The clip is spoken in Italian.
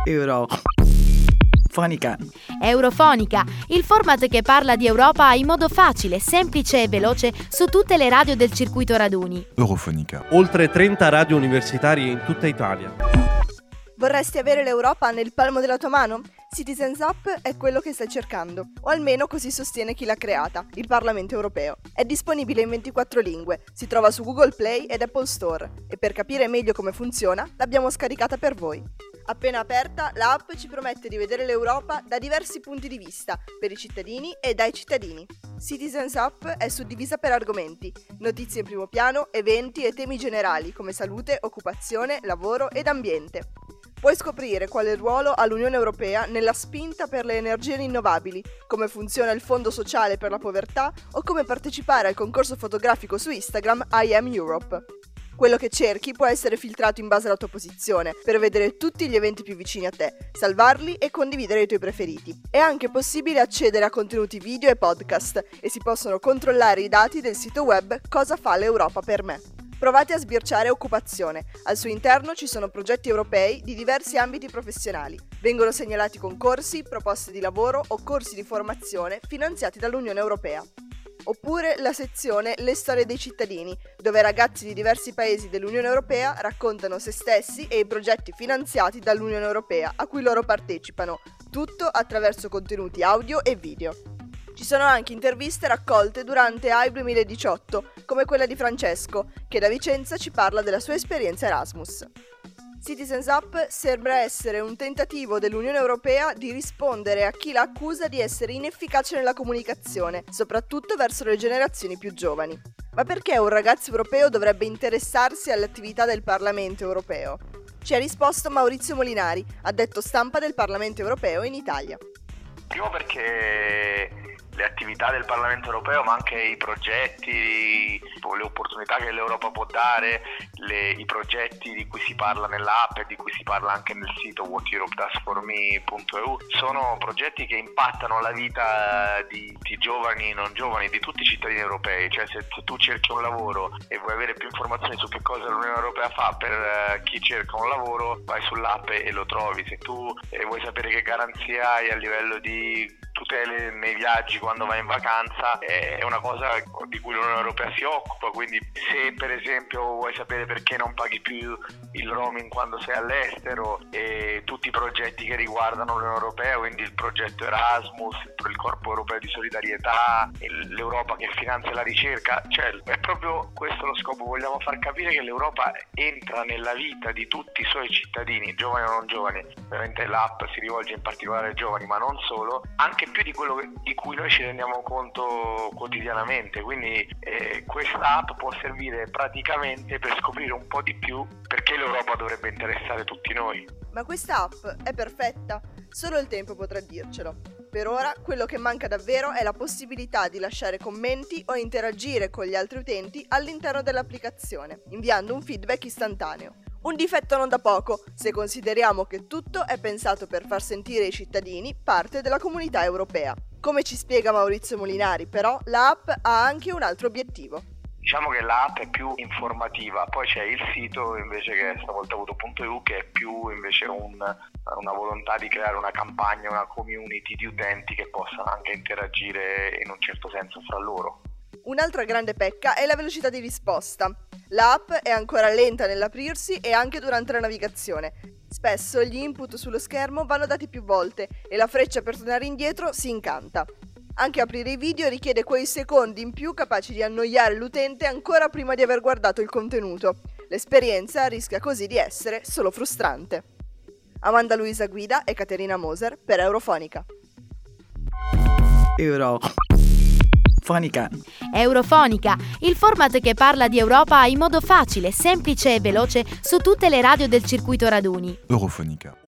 Eurofonica. Eurofonica, il format che parla di Europa in modo facile, semplice e veloce su tutte le radio del circuito raduni. Eurofonica. Oltre 30 radio universitarie in tutta Italia. Vorresti avere l'Europa nel palmo della tua mano? Citizens Up è quello che stai cercando, o almeno così sostiene chi l'ha creata, il Parlamento Europeo. È disponibile in 24 lingue, si trova su Google Play ed Apple Store e per capire meglio come funziona l'abbiamo scaricata per voi. Appena aperta, l'app ci promette di vedere l'Europa da diversi punti di vista, per i cittadini e dai cittadini. Citizens Up è suddivisa per argomenti, notizie in primo piano, eventi e temi generali come salute, occupazione, lavoro ed ambiente. Puoi scoprire quale ruolo ha l'Unione Europea nella spinta per le energie rinnovabili, come funziona il Fondo Sociale per la Povertà o come partecipare al concorso fotografico su Instagram I Am Europe. Quello che cerchi può essere filtrato in base alla tua posizione, per vedere tutti gli eventi più vicini a te, salvarli e condividere i tuoi preferiti. È anche possibile accedere a contenuti video e podcast e si possono controllare i dati del sito web Cosa fa l'Europa per me. Provate a sbirciare occupazione. Al suo interno ci sono progetti europei di diversi ambiti professionali. Vengono segnalati concorsi, proposte di lavoro o corsi di formazione finanziati dall'Unione Europea. Oppure la sezione Le storie dei cittadini, dove ragazzi di diversi paesi dell'Unione Europea raccontano se stessi e i progetti finanziati dall'Unione Europea a cui loro partecipano, tutto attraverso contenuti audio e video. Ci sono anche interviste raccolte durante AI 2018, come quella di Francesco, che da Vicenza ci parla della sua esperienza Erasmus. Citizens Up sembra essere un tentativo dell'Unione Europea di rispondere a chi la accusa di essere inefficace nella comunicazione, soprattutto verso le generazioni più giovani. Ma perché un ragazzo europeo dovrebbe interessarsi alle attività del Parlamento Europeo? Ci ha risposto Maurizio Molinari, addetto stampa del Parlamento Europeo in Italia. Primo perché le attività del Parlamento Europeo, ma anche i progetti, le opportunità che l'Europa può dare, i progetti di cui si parla nell'app e di cui si parla anche nel sito whateuropedoesforme.eu, sono progetti che impattano la vita di giovani, non giovani, di tutti i cittadini europei. Cioè se tu cerchi un lavoro e vuoi avere più informazioni su che cosa l'Unione Europea fa per chi cerca un lavoro, vai sull'app e lo trovi. Se tu vuoi sapere che garanzie hai a livello di tutele nei viaggi quando vai in vacanza, è una cosa di cui l'Unione Europea si occupa. Quindi se per esempio vuoi sapere perché non paghi più il roaming quando sei all'estero, e tutti i progetti che riguardano l'Unione Europea, quindi il progetto Erasmus, il Corpo Europeo di Solidarietà, l'Europa che finanzia la ricerca, cioè è proprio questo lo scopo. Vogliamo far capire che l'Europa entra nella vita di tutti i suoi cittadini, giovani o non giovani. Veramente l'app si rivolge in particolare ai giovani, ma non solo, anche più di quello di cui noi ci rendiamo conto quotidianamente. Quindi questa app può servire praticamente per scoprire un po' di più perché l'Europa dovrebbe interessare tutti noi. Ma questa app è perfetta, solo il tempo potrà dircelo. Per ora quello che manca davvero è la possibilità di lasciare commenti o interagire con gli altri utenti all'interno dell'applicazione, inviando un feedback istantaneo. Un difetto non da poco, se consideriamo che tutto è pensato per far sentire i cittadini parte della comunità europea. Come ci spiega Maurizio Molinari, però, l'app ha anche un altro obiettivo. Diciamo che l'app è più informativa, poi c'è il sito invece che è stavoltavuto.eu, che è più invece una volontà di creare una campagna, una community di utenti che possano anche interagire in un certo senso fra loro. Un'altra grande pecca è la velocità di risposta. L'app è ancora lenta nell'aprirsi e anche durante la navigazione. Spesso gli input sullo schermo vanno dati più volte e la freccia per tornare indietro si incanta. Anche aprire i video richiede quei secondi in più capaci di annoiare l'utente ancora prima di aver guardato il contenuto. L'esperienza rischia così di essere solo frustrante. Amanda Luisa Guida e Caterina Moser per Eurofonica. Eurofonica, il format che parla di Europa in modo facile, semplice e veloce su tutte le radio del circuito raduni. Eurofonica.